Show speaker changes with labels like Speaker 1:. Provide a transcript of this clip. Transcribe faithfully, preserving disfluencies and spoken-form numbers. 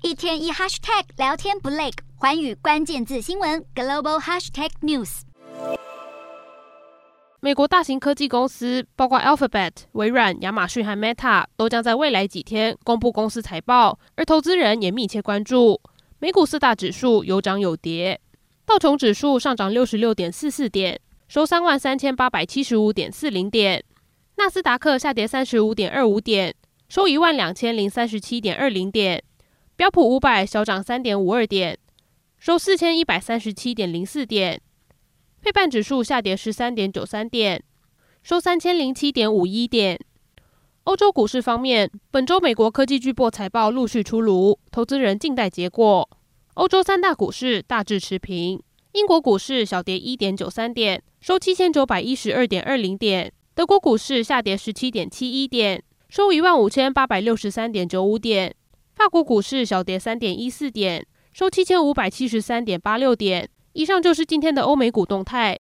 Speaker 1: 一天一 hashtag 聊天不累，寰宇关键字新闻 global hashtag news。
Speaker 2: 美国大型科技公司，包括 Alphabet、微软、亚马逊和 Meta， 都将在未来几天公布公司财报，而投资人也密切关注。美股四大指数有涨有跌，道琼指数上涨 六十六点四四 点，收 三万三千八百七十五点四零 点；纳斯达克下跌 三十五点二五 点，收 一万两千零三十七点二零 点；标普五百小涨 三点五二 点，收 四千一百三十七点零四 点；费半指数下跌 十三点九三 点，收 三千零七点五一 点。欧洲股市方面，本周美国科技巨擘财报陆续出炉，投资人静待结果。欧洲三大股市大致持平，英国股市小跌 一点九三 点，收 七千九百一十二点二零 点；德国股市下跌 十七点七一 点，收 一万五千八百六十三点九五 点；法国股市小跌 三点一四 点，收 七千五百七十三点八六 点。以上就是今天的欧美股动态，